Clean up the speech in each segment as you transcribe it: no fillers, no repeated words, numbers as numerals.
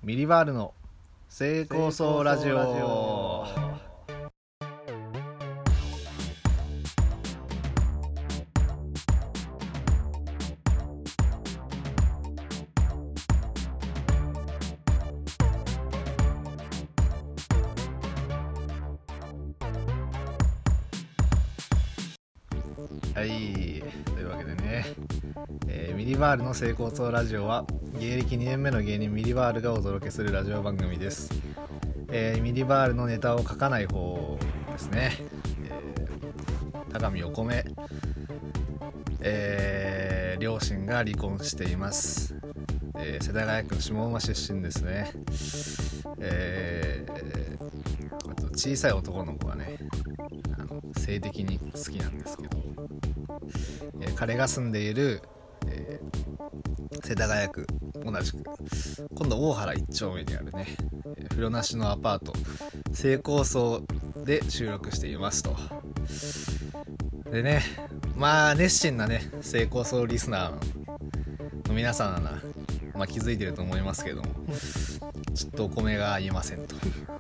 ミリバールの成功層ラジオ。はい、というわけでね、ミリバールの成功層ラジオは芸歴2年目の芸人ミリバールがお届けするラジオ番組です。ミリバールのネタを書かない方ですね。高見お米、両親が離婚しています。世田谷区の下馬出身ですね。あと小さい男の子がね、性的に好きなんですけど、彼が住んでいる、世田谷区同じく今度大原1丁目にあるね、風呂なしのアパート成功層で収録していますと。でね、まあ熱心なね成功層リスナーの皆さんなら、まあ、気づいてると思いますけども、ちょっとお米が言えませんと。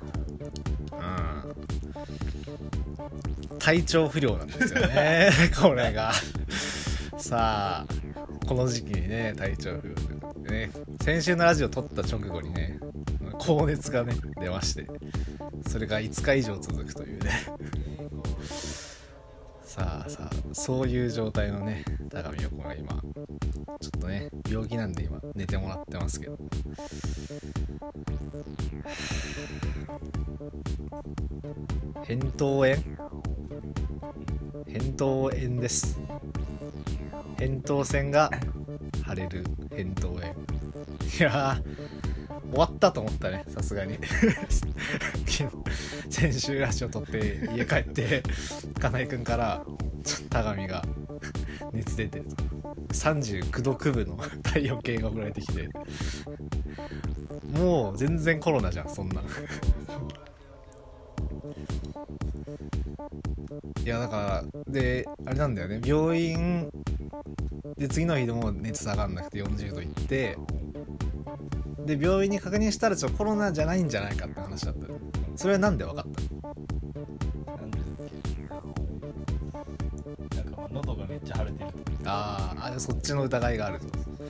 体調不良なんですよねこれがさあこの時期にね体調不良でね、先週のラジオ撮った直後にね高熱がね出まして、それが5日以上続くというねさあそういう状態のね高見横が今ちょっとね病気なんで今寝てもらってますけど、扁桃炎です。扁桃腺が腫れる扁桃炎。いやー終わったと思ったね、さすがに先週ラジオ撮って家帰って金井くんから高見が熱出てると39度9分の体温計が送られてきて、もう全然コロナじゃんそんな。いやだからであれなんだよね、病院で次の日でも熱下がんなくて40度いって、で病院に確認したらコロナじゃないんじゃないかって話だった。それはなんで分かったの？ なんでだっけ、なんか喉がめっちゃ腫れてる。 あそっちの疑いがあると。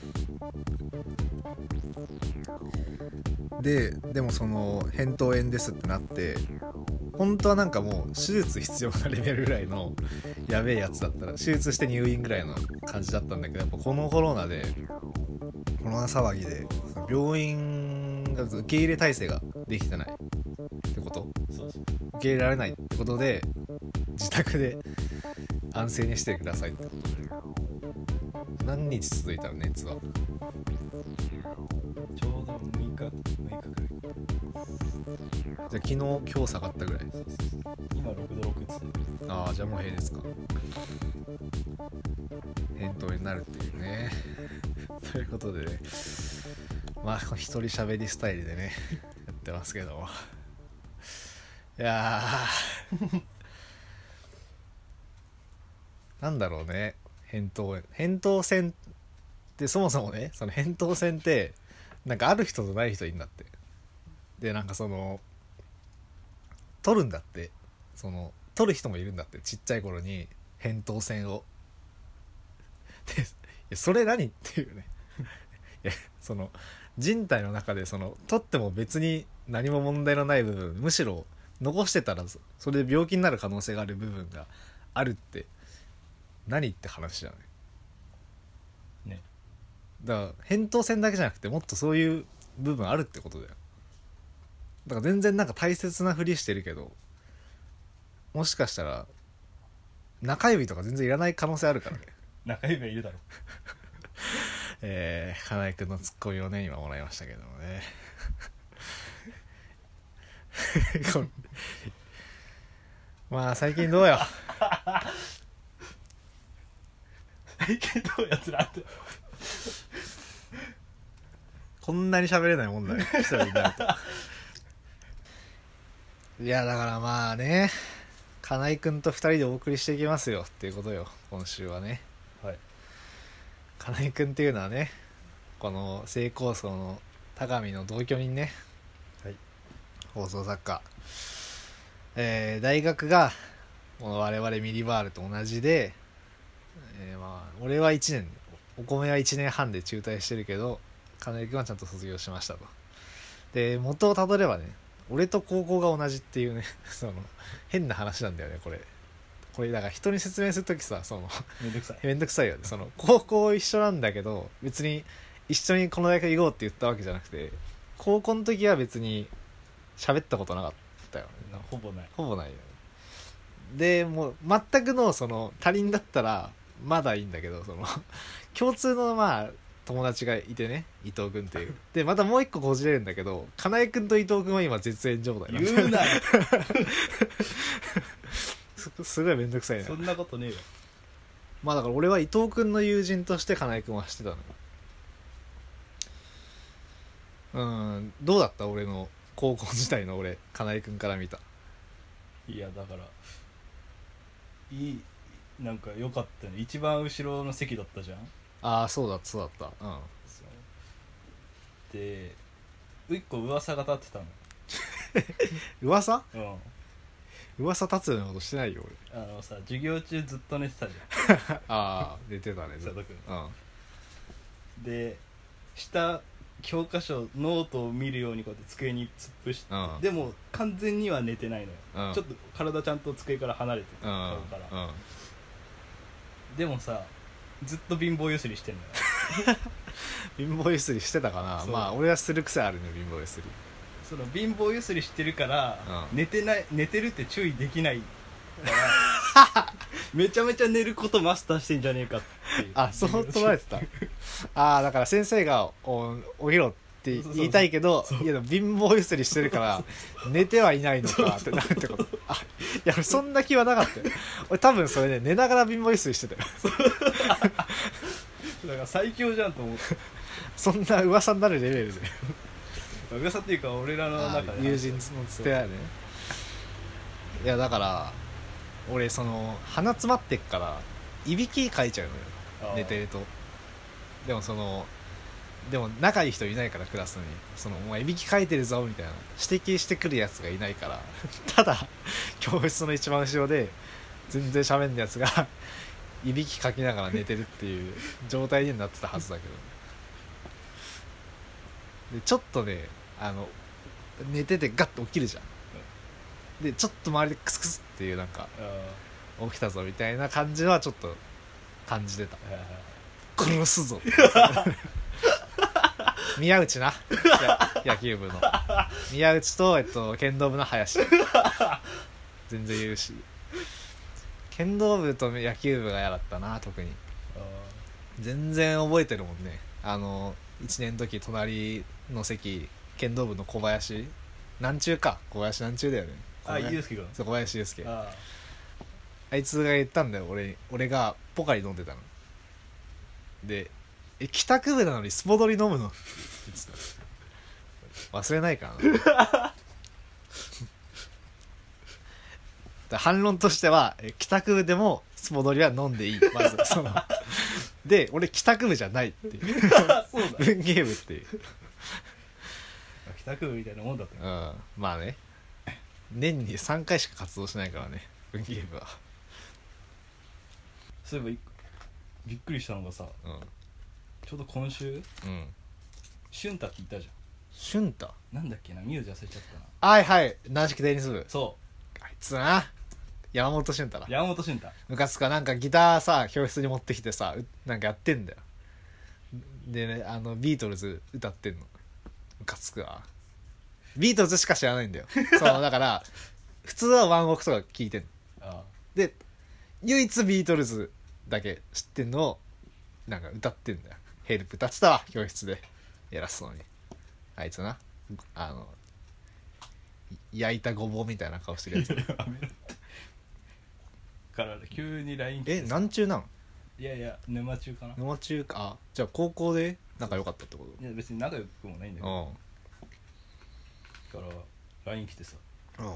でもその扁桃炎ですってなって、本当はなんかもう手術必要なレベルぐらいのやべえやつだったら手術して入院ぐらいの感じだったんだけど、やっぱこのコロナ騒ぎで病院が受け入れ体制ができてないってこと、 そう受け入れられないってことで自宅で安静にしてくださいってことで、何日続いたの熱は？ ちょうど6日くらい。 じゃあ昨日今日下がったぐらい。 今6度6って言って。 じゃあもう平ですか。扁桃炎になるっていうねということでね、まあ一人喋りスタイルでねやってますけども、いやなんだろうね、扁桃腺ってそもそもね、その扁桃腺ってなんかある人とない人いるんだって。でなんかその取るんだって、その取る人もいるんだって、ちっちゃい頃に扁桃腺を。でいやそれ何っていうねいやその人体の中でその取っても別に何も問題のない部分、むしろ残してたらそれで病気になる可能性がある部分があるって何って話じゃないね。 だから扁桃腺だけじゃなくてもっとそういう部分あるってことだよ。だから全然なんか大切なふりしてるけど、もしかしたら中指とか全然いらない可能性あるからね中指はいるだろ金井くんのツッコミをね今もらいましたけどもねまあ最近どうよ最近どうやつらってこんなに喋れないもんだね一人になるといやだからまあね、金井くんと2人でお送りしていきますよっていうことよ今週はね。 はい。 金井くんっていうのはね、この成功層の高見の同居人ね、 はい。 放送作家、大学がこの我々ミリバールと同じで、まあ俺は1年、お米は1年半で中退してるけど金井君はちゃんと卒業しましたと。で元をたどればね、俺と高校が同じっていうねその変な話なんだよねこれだから人に説明するときさ、そのめんどくさい。 めんどくさいよね。その高校一緒なんだけど別に一緒にこの大学行こうって言ったわけじゃなくて、高校の時は別に喋ったことなかったよね。 ほぼない。 ほぼないよね。でもう全くのその他人だったらまだいいんだけど、その共通のまあ友達がいてね、伊藤君っていうで、またもう一個こじれるんだけど、金井君と伊藤君は今絶縁状態なんだよ言うなよすごいめんどくさいね。 そんなことねえよ。 まあだから俺は伊藤君の友人として金井君はしてたのよ。どうだった俺の高校時代の俺、金井君から見た。 いやだからいい、なんか良かったね。一番後ろの席だったじゃん。 ああそうだったそうで一個噂が立ってたの。 噂うん噂立つようなことしてないよさ、授業中ずっと寝てたじ俺ああ出てたね佐藤君うんゃん。で下教科書ノートを見るようにこうやって机に突っ伏して、 うんでも完全には寝てないのよ、 うんちょっと体ちゃんと机から離れてて、 うん顔から、 うんでもさずっと貧乏ゆすりしてんのよ貧乏ゆすりしてたかな。 そうまあ俺はする癖あるね貧乏ゆすり。 その貧乏ゆすりしてるから、 うん寝てるって注意できないからめちゃめちゃ寝ることマスターしてんじゃねえかっていう。 あそう捉えてたああだから先生が起きろって言いたいけど、いやでも貧乏ゆすりしてるから寝てはいないのかってなるってこと。あいや俺そんな気はなかったよ。俺多分それね寝ながら貧乏ゆすりしてたよだから最強じゃんと思って。 そんな噂になるレベルで噂っていうか俺らの中で友人のつてだよね。いやだから俺その鼻詰まってっからいびきかいちゃうのよ寝てると。でも仲いい人いないからクラスにお前いびきかいてるぞみたいな指摘してくるやつがいないからただ教室の一番後ろで全然喋んないやつがいびきかきながら寝てるっていう状態になってたはずだけど、でちょっとね寝ててガッと起きるじゃん。でちょっと周りでクスクスっていうなんか起きたぞみたいな感じはちょっと感じてた。殺すぞ宮内な野球部の宮内と剣道部の林全然言うし、剣道部と野球部が嫌だったな。特に全然覚えてるもんね。1年の時隣の席剣道部の小林南中か、小林南中だよね。 ゆうすけ君。 そう小林祐介。あいつが言ったんだよ俺がポカリ飲んでたので、帰宅部なのにスポドリ飲むのって言ってた。忘れないからな反論としては帰宅部でもスポドリは飲んでいい。まずで俺帰宅部じゃないっていうそうだ文芸部っていう帰宅部みたいなもんだったよ。 まあね年に3回しか活動しないからね文芸部は。 そういえばびっくりしたのがさ、ちょうど今週俊太って言ったじ俊太ゃん。なんだっけな、名字忘れちゃったな。 はいはい軟式テニス部。 そあいつな山本俊太だ。 山本俊太。 ムカつかなんかギターさ教室に持ってきてさなんかやってんだよ。でねビートルズ歌ってんの。ムカつくわ。ビートルズしか知らないんだよそうだから普通はワンオクとか聞いてんので唯一ビートルズだけ知ってんのをなんか歌ってんだよ。ヘルプ歌ってたわ教室で偉そうに。あいつな焼いたごぼうみたいな顔してるやつから急に LINE 来てさ何中なん？ いやいや沼中かな。 沼中か。あじゃあ高校で仲良かったってこと？ いや別に仲良くもないんだけど、から LINE 来てさ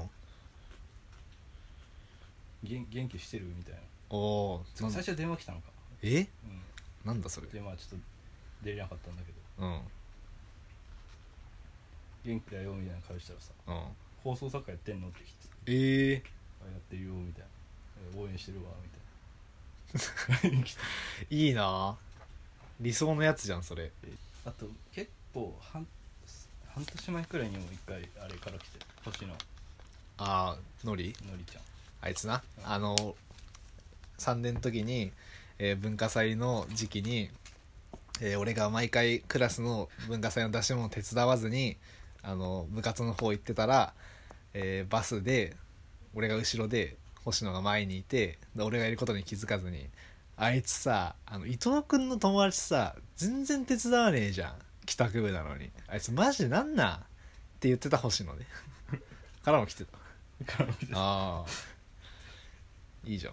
元気してるみたいな。 お最初は電話来たのか。 なんだそれ。 でまあちょっと出れなかったんだけど、 元気だよみたいな顔したらさ、 うん、 放送作家やってんのって来てさ、 ええあやってるよみたいな、応援してるわみたいないいな、理想のやつじゃんそれ。 あと結構半年前くらいにも一回あれから来て、星野ああ、のりのりちゃん、 あいつな、 うん 3年の時に、文化祭の時期に、俺が毎回クラスの文化祭の出し物を手伝わずに部活の方行ってたら、バスで俺が後ろで星野が前にいて、で俺がいることに気づかずに、あいつさ伊藤君の友達さ全然手伝わねえじゃん、帰宅部なのに、あいつマジでなんなんって言ってた星野ねからも来てた。ああいいじゃん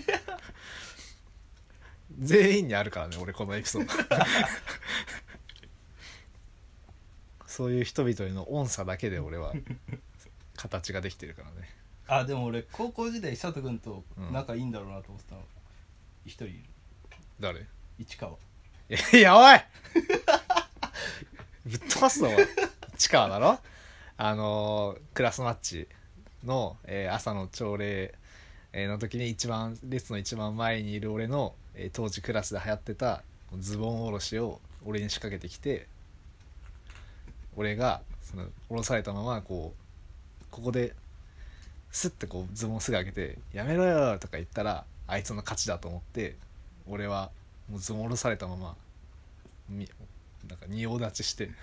全員にあるからね俺このエピソードそういう人々への恩差だけで俺は形ができてるからね。 あでも俺高校時代久人君と仲いいんだろうなと思ってたの、一人いる、 誰？ 市川。 いやおいぶっ飛ばすぞお前。市川だろ、クラスマッチの、朝の朝礼の時に列の一番前にいる俺の、当時クラスで流行ってたズボンおろしを俺に仕掛けてきて、俺がその下ろされたままここでスッてこうズボンすぐ上げてやめろよとか言ったらあいつの勝ちだと思って、俺はもうズボン下ろされたままなんか仁王立ちして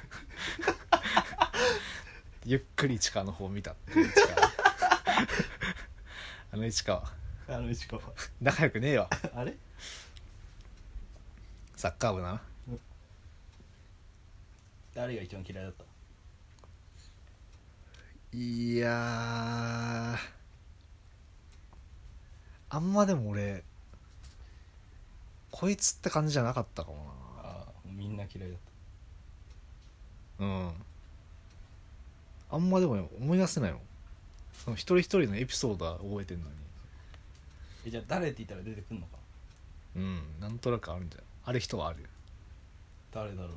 ゆっくり市川の方を見たっていう市川市川市川仲良くねえわあれサッカー部な。 誰が一番嫌いだった？ いやあんまでも俺こいつって感じじゃなかったかもああみんな嫌いだっな。うんあんまでも思い出せないの、その一人一人のエピソードは覚えてんのに。 た。じゃあ誰って言ったら出てくんのか？ うんなんとなくあるんじゃん、ある人はあるよ。 誰だろうな。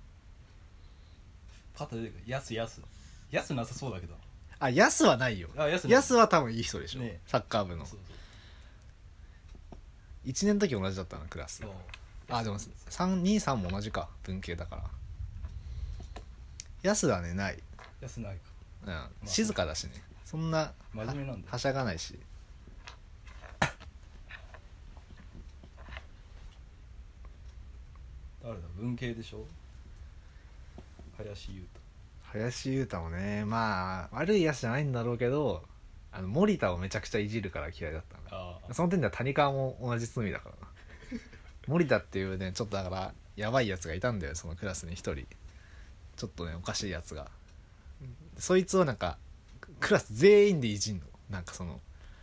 パッと出てくる。やすなさそうだけど。 あヤスはないよ。 あやすヤスは多分いい人でしょ、 ね、 サッカー部のそう 1年の時同じだったなクラス。 そうあでも323も同じか、文系だから。ヤスはねない、 やすないか。 うん、静かだしね、そんな真面目なんだ。 はしゃがないし。 誰だ？文系でしょ？林優林優太もね、まあ悪いやつじゃないんだろうけど、森田をめちゃくちゃいじるから嫌いだったんだ。 太。ああその点では谷川も同じ罪だからな森田っていうねちょっとだからやばいやつがいたんだよ、そのクラスに一人ちょっとねおかしいやつが。そいつをなんかクラス全員でいじんの、なんかその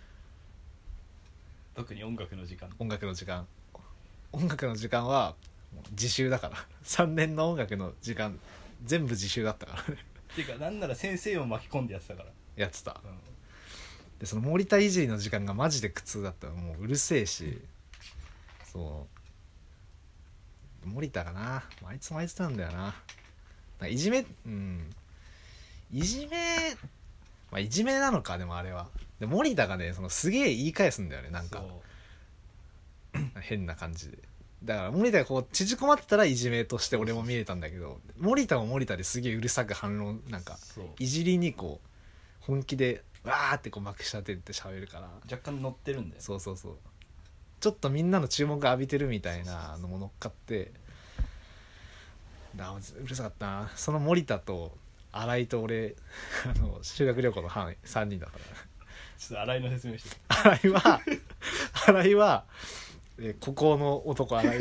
特に音楽の時間。 音楽の時間はもう自習だから3年の音楽の時間全部自習だったからっていうかなんなら先生を巻き込んでやってたから。 やってた。 うんでその森田いじりの時間がマジで苦痛だったの、もううるせえし、そう森田がな、あいつもあいつなんだよな、なんかいじめまあいじめなのか、でもあれはで森田がねそのすげえ言い返すんだよね、なんか変な感じで。だから森田がこう縮こまってたらいじめとして俺も見えたんだけど、森田も森田ですげえうるさく反論、なんかそういじりにこう本気でわーってこうまくし立てて喋るから、 若干乗ってるんだよ。 そうちょっとみんなの注目浴びてるみたいなのも乗っかって、うるさかったな。その森田と新井と俺修学旅行の班3人だったからちょっと新井の説明して新井は孤高の男新井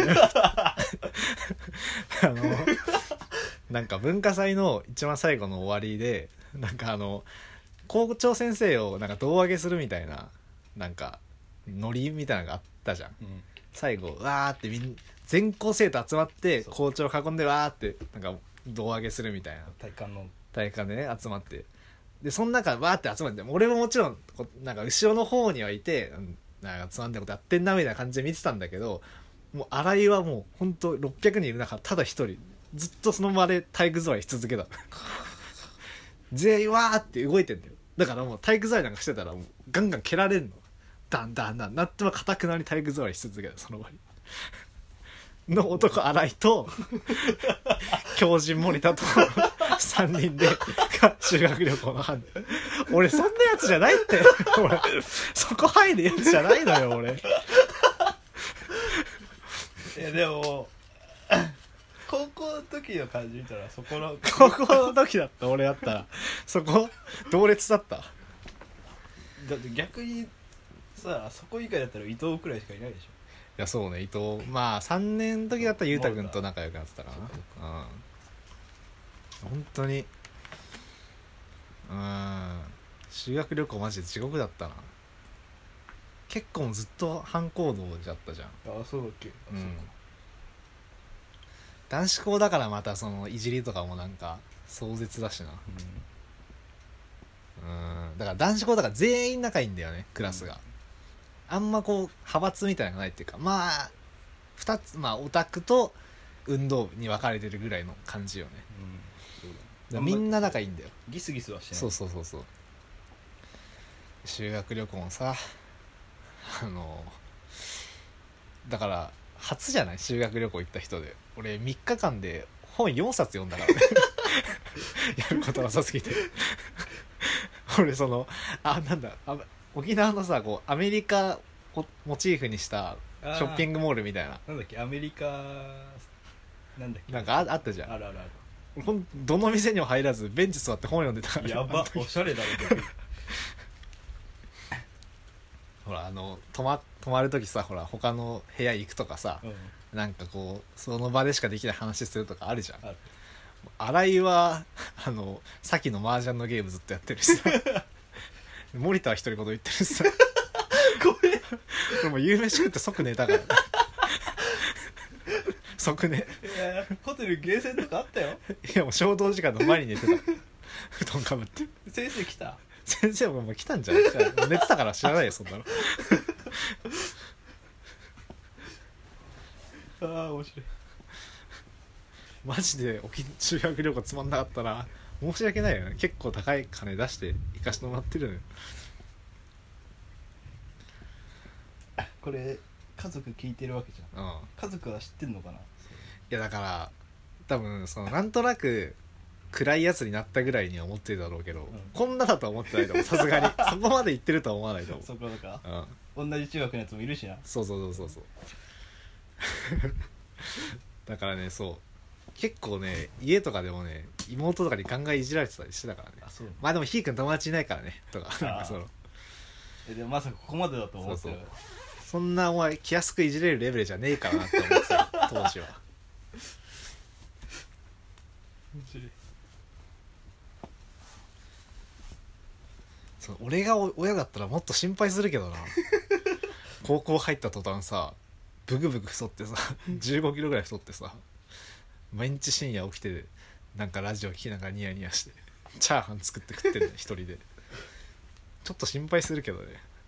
なんか文化祭の一番最後の終わりでなんか校長先生をなんか胴上げするみたいななんかノリみたいなのがあったじゃん、 うん、 最後わーって全校生徒集まってそう校長囲んでわーってなんか胴上げするみたいな体育館でね集まって、でその中わーって集まって、俺ももちろんなんか後ろの方にはいて、なんかつまんないことやってんなみたいな感じで見てたんだけど、もう新井はもうほんと600人いる中ただ一人ずっとその場で体育座りし続けた全員わーって動いてんだよ。だからもう体育座りなんかしてたらもうガンガン蹴られんの。だんだんだんなっても固くなり体育座りし続けたその場にの男新井と狂人森田と3人で修学旅行の班で。俺そんなやつじゃないって俺そこ入るやつじゃないのよ俺。 いやでも高校の時の感じ見たらそこの高校の時だった俺だったらそこ同列だった。 だって逆にさそこ以外だったら伊藤くらいしかいないでしょ。 いやそうね伊藤まあ3年の時だったら裕太君と仲良くなってたかな。うん本当に修学旅行マジで地獄だったな。結構ずっと反行動じゃったじゃん。 あそうだっけ。あ、 うんそうか。 男子校だからまたそのいじりとかもなんか壮絶だしな。だから男子校だから全員仲いいんだよねクラスが。あんまこう派閥みたいなのがないっていうかまあ2つまあオタクと運動部に分かれてるぐらいの感じよね。 そうだ。 だからみんな仲いいんだよ。 ギスギスはしてない。 そう修学旅行もさだから初じゃない修学旅行行った人で。俺3日間で本4冊読んだからねやることなさすぎて俺そのなんだ沖縄のさこうアメリカをモチーフにしたショッピングモールみたいななんだっけアメリカなんだっけなんかあったじゃん。 あるあるあどの店にも入らずベンチ座って本読んでたからる。やばおしゃれだね逆に。 ほら泊まる時さほら他の部屋行くとかさ、なんかこうその場でしかできない話するとかあるじゃん。 ある。 新井はさっきの麻雀のゲームずっとやってるしさ森田は独り言言ってるしさこれ俺もう夕飯食って即寝たから即寝。 いやホテルゲーセンとかあったよ。 いやもう衝動時間の前に寝てた布団かぶって先生来た。 先生ももう来たんじゃん。寝てたから知らないよそんなのああ面白い。 マジで修学旅行つまんなかったら申し訳ないよね。結構高い金出して行かしてもらってるのよ。 これ家族聞いてるわけじゃん。 うん、い家族は知ってんのかな。 やだから多分そのなんとなく暗いやつになったぐらいには思ってるだろうけど、こんなだとは思ってないと思うさすがにそこまで言ってるとは思わないと思う。 そこだか、 うん、 同じ中学のやつもいるしな。 そうだからねそう結構ね家とかでもね妹とかにガンガンいじられてたりしてたからね。 あそう。 まあでもひーくん友達いないからねとかなんかでもまさかここまでだと思ってる。 そんなお前気安くいじれるレベルじゃねえからなって思ってた当時は。 面白い。 そう俺が親だったらもっと心配するけどな高校入った途端さブクブク太ってさ15キロぐらい太ってさ毎日深夜起きてなんかラジオ聞きながらニヤニヤしてチャーハン作って食ってるね一人で。ちょっと心配するけどね。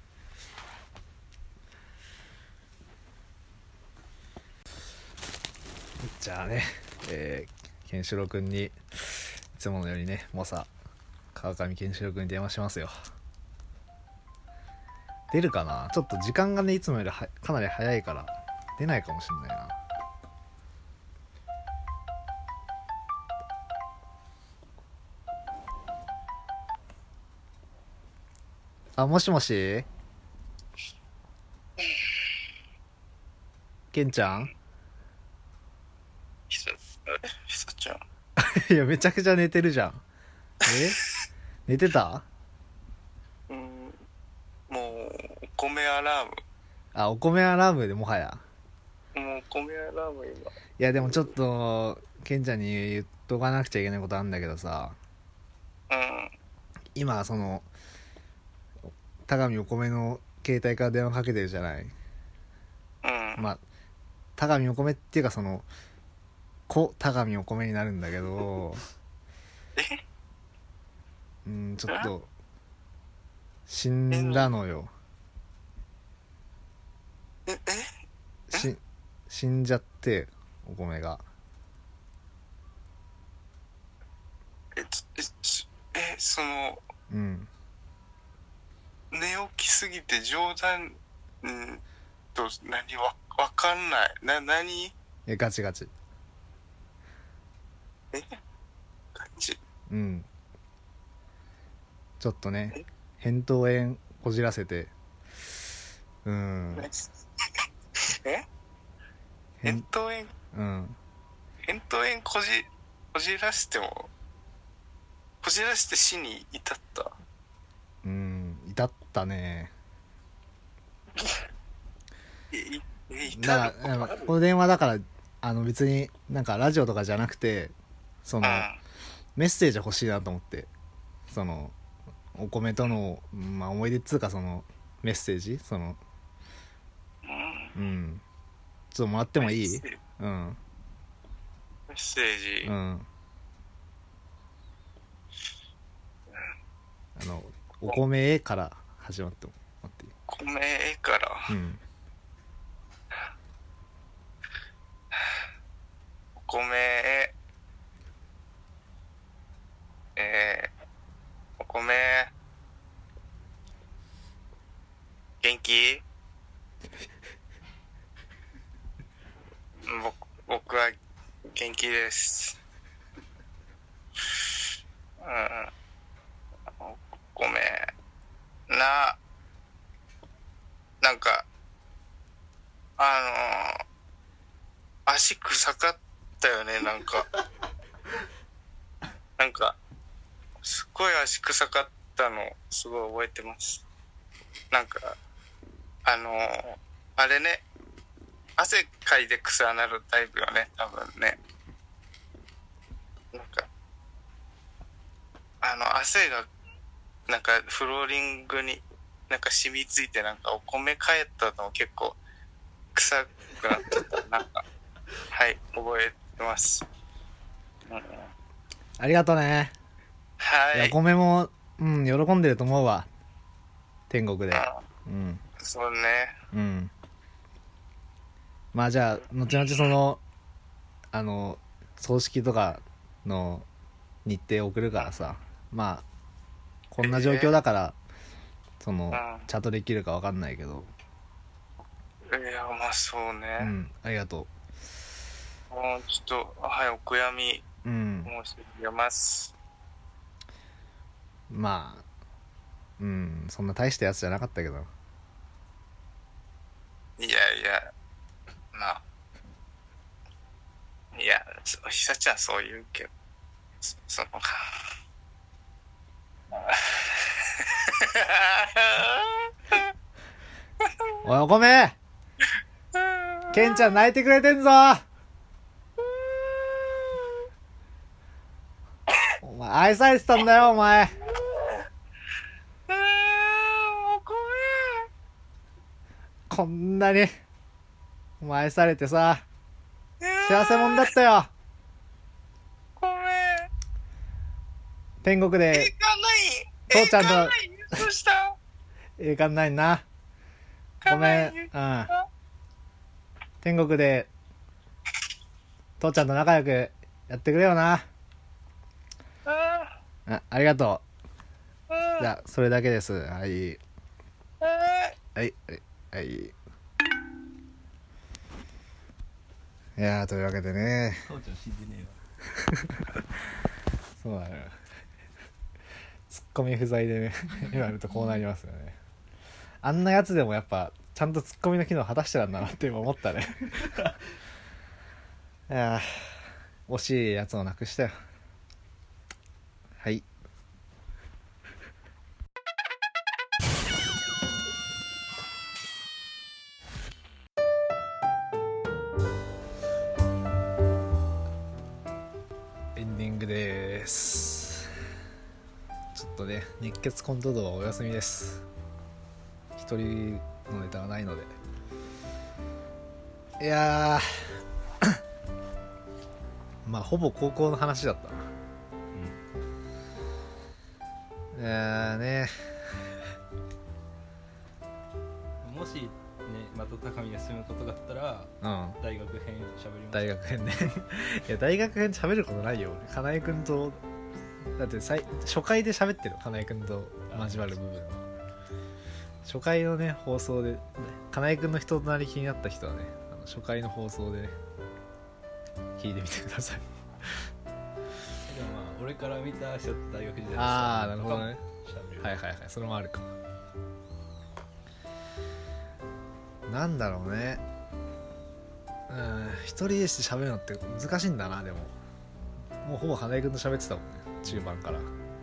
じゃあねケンシロウくんにいつものようにねもうさ川上ケンシロウくんに電話しますよ。出るかな。ちょっと時間がねいつもよりかなり早いから出ないかもしんないな。あもしもしケンちゃんひさちゃん。 いやめちゃくちゃ寝てるじゃん。寝てた？ もうお米アラーム。 あお米アラームでもはや。 もうお米アラーム今。 いやでもちょっとケンちゃんに言っとかなくちゃいけないことあるんだけどさ、今その田上お米の携帯から電話かけてるじゃない。まあ田上お米っていうかその田上お米になるんだけどちょっと死んだのよ。死んじゃってお米が。 そのうん寝起きすぎて冗談と何わかんない何ガチガチ。 感じうんちょっとね扁桃炎こじらせてえ扁桃炎うん扁桃炎こじらしてもこじらして死に至った至ったね。 至だるからこの電話だから別になんかラジオとかじゃなくてそのメッセージ欲しいなと思って、そのお米との、まあ、思い出っつうかそのメッセージそのちょっともらってもいい？ メッセージ、 お米から始まってもらっていい？ 米からお米お米元気？僕は元気です。お米なんか足臭かったよね。なんかすっごい足臭かったのすごい覚えてます。なんかあれね、汗かいて臭なるタイプよね多分ね。なんか汗がなんかフローリングになんか染みついて、なんかお米帰ったの結構臭くなってた。なんかはい覚えてます。 ありがとね。 はい。 いや米も喜んでると思うわ、天国で。 そうね。 まあじゃあ後々その葬式とかの日程送るからさ、まあこんな状況だからそのチャットできるか分かんないけど、 いやまあそうね。 ありがとちょっとはいお悔やみ申し上げます。 まあそんな大したやつじゃなかったけど。 いやまあいやひさちゃんそう言うけどそのおいお米、ケンちゃん泣いてくれてんぞ。お前愛されてたんだよお前。こんなにお前愛されてさ幸せもんだったよ。 ごめん。 天国で父ちゃんと栄冠ないな。ごめん。天国で父ちゃんと仲良くやってくれよな。ありがとう。じゃあそれだけです。はいはいはい。いやというわけでね、 父ちゃん死んでねえわ。 そうだね、ツッコミ不在でね言われるとこうなりますよね。あんなやつでもやっぱちゃんとツッコミの機能果たしてたんだなって今思ったねいや惜しいやつをなくしたよ。はい。エンディングです。ちょっとね熱血コント道はお休みです。一人のネタがないので。いやまあほぼ高校の話だったな。いやね、 もしねまた高見が住むことがあったら、大学編喋ります。 大学編ねいや大学編喋ることないよ。金井君とだって初回で喋ってる金井君と交わる部分は初回のね放送で金井君の人となり気になった人はね初回の放送でね聞いてみてください。 でもまあ俺から見た人大学時代ああなるほどね。 喋るはいはいはい、それもあるかも。なんだろうね、一人でして喋るのって難しいんだな。でももうほぼ金井君と喋ってたもんね、中盤から。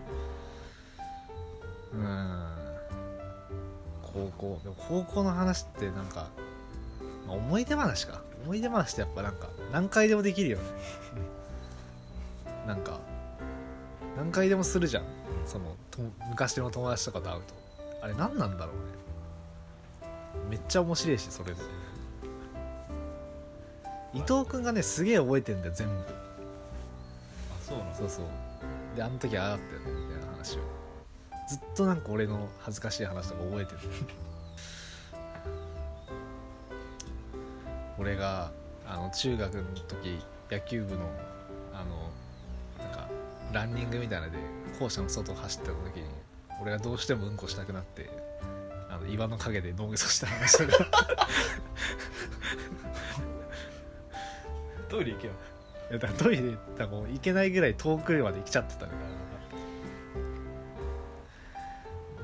でも高校の話ってなんか、まあ、思い出話ってやっぱなんか何回でもできるよね。なんか何回でもするじゃん、その昔の友達とかと会うと。あれ何なんだろうね、めっちゃ面白いし。それで伊藤君がねすげえ覚えてんだよ全部。 あそうなの。 そうそう。であの時ああだったよねみたいな話をずっとなんか俺の恥ずかしい話とか覚えてる。俺が中学の時野球部のなんかランニングみたいなので校舎の外を走ってた時に俺がどうしてもうんこしたくなって岩の陰で脳みそした話とか。 トイレ行けよ。 いやだからトイレだもう行けないぐらい遠くまで来ちゃってたから。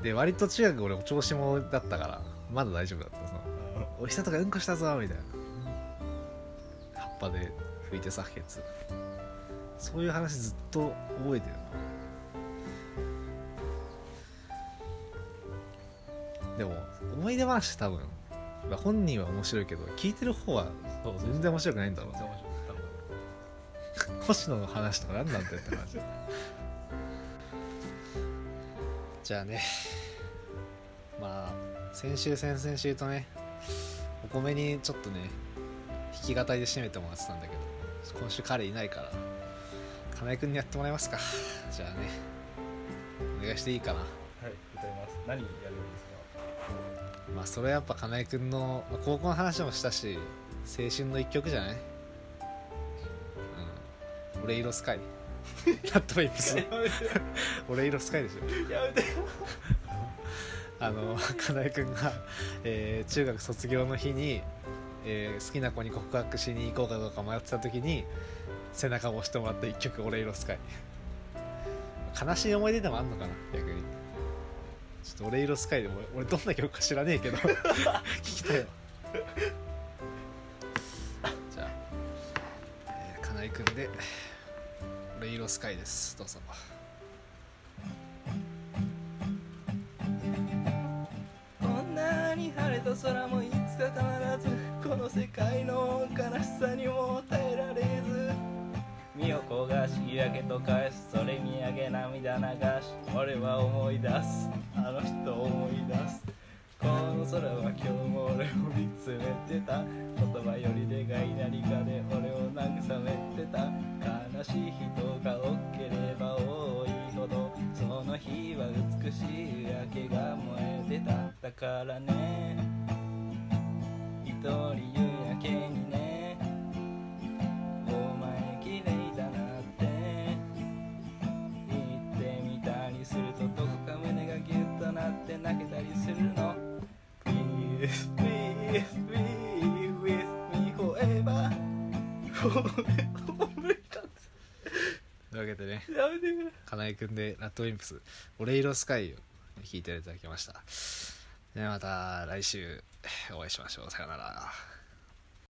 で割と中学俺お調子者だったからまだ大丈夫だった。そのおひさとかうんこしたぞみたいな、葉っぱで拭いてさケツ、そういう話ずっと覚えてるな。でも思い出話多分本人は面白いけど聞いてる方は全然面白くないんだろうね。星野の話とか何なんだよって話。じゃあね、まあ先週先々週とねお米にちょっとね弾き語りで締めてもらってたんだけど、今週彼いないから金井君にやってもらえますか。じゃあねお願いしていいかな。 はい、歌います。何やるんですか。 まあそれはやっぱ金井君の、高校の話もしたし青春の一曲じゃない。俺色スカイラッドウェイプス俺色スカイでしょ。 やめて金井くんが、中学卒業の日に、好きな子に告白しに行こうかどうか迷ってた時に背中を押してもらった一曲俺色スカイ。悲しい思い出でもあんのかな逆に。ちょっと俺色スカイで俺どんな曲か知らねえけど聞きたいよ。じゃあ、金井くんで俺色スカイです。どうぞ。 こんなに晴れた空もいつか必ずこの世界の悲しさにも耐えられず身を焦がし焼けと返すそれ見上げ涙流し俺は思い出すあの人を思い出すこの空は今日も俺を見つめてた言葉よりでかい何かで俺を慰めてた悲しい人が多ければ多いほどその日は美しい夜景が燃えてただからね一人夕焼けにねお前綺麗だなって言ってみたりするとどこか胸がギュッとなって泣けたりするの Please, please, please with me forever というわけでねやめてくれ金井くんでラッドウィンプス俺色スカイを聴いていただきました。でまた来週お会いしましょう。さよなら。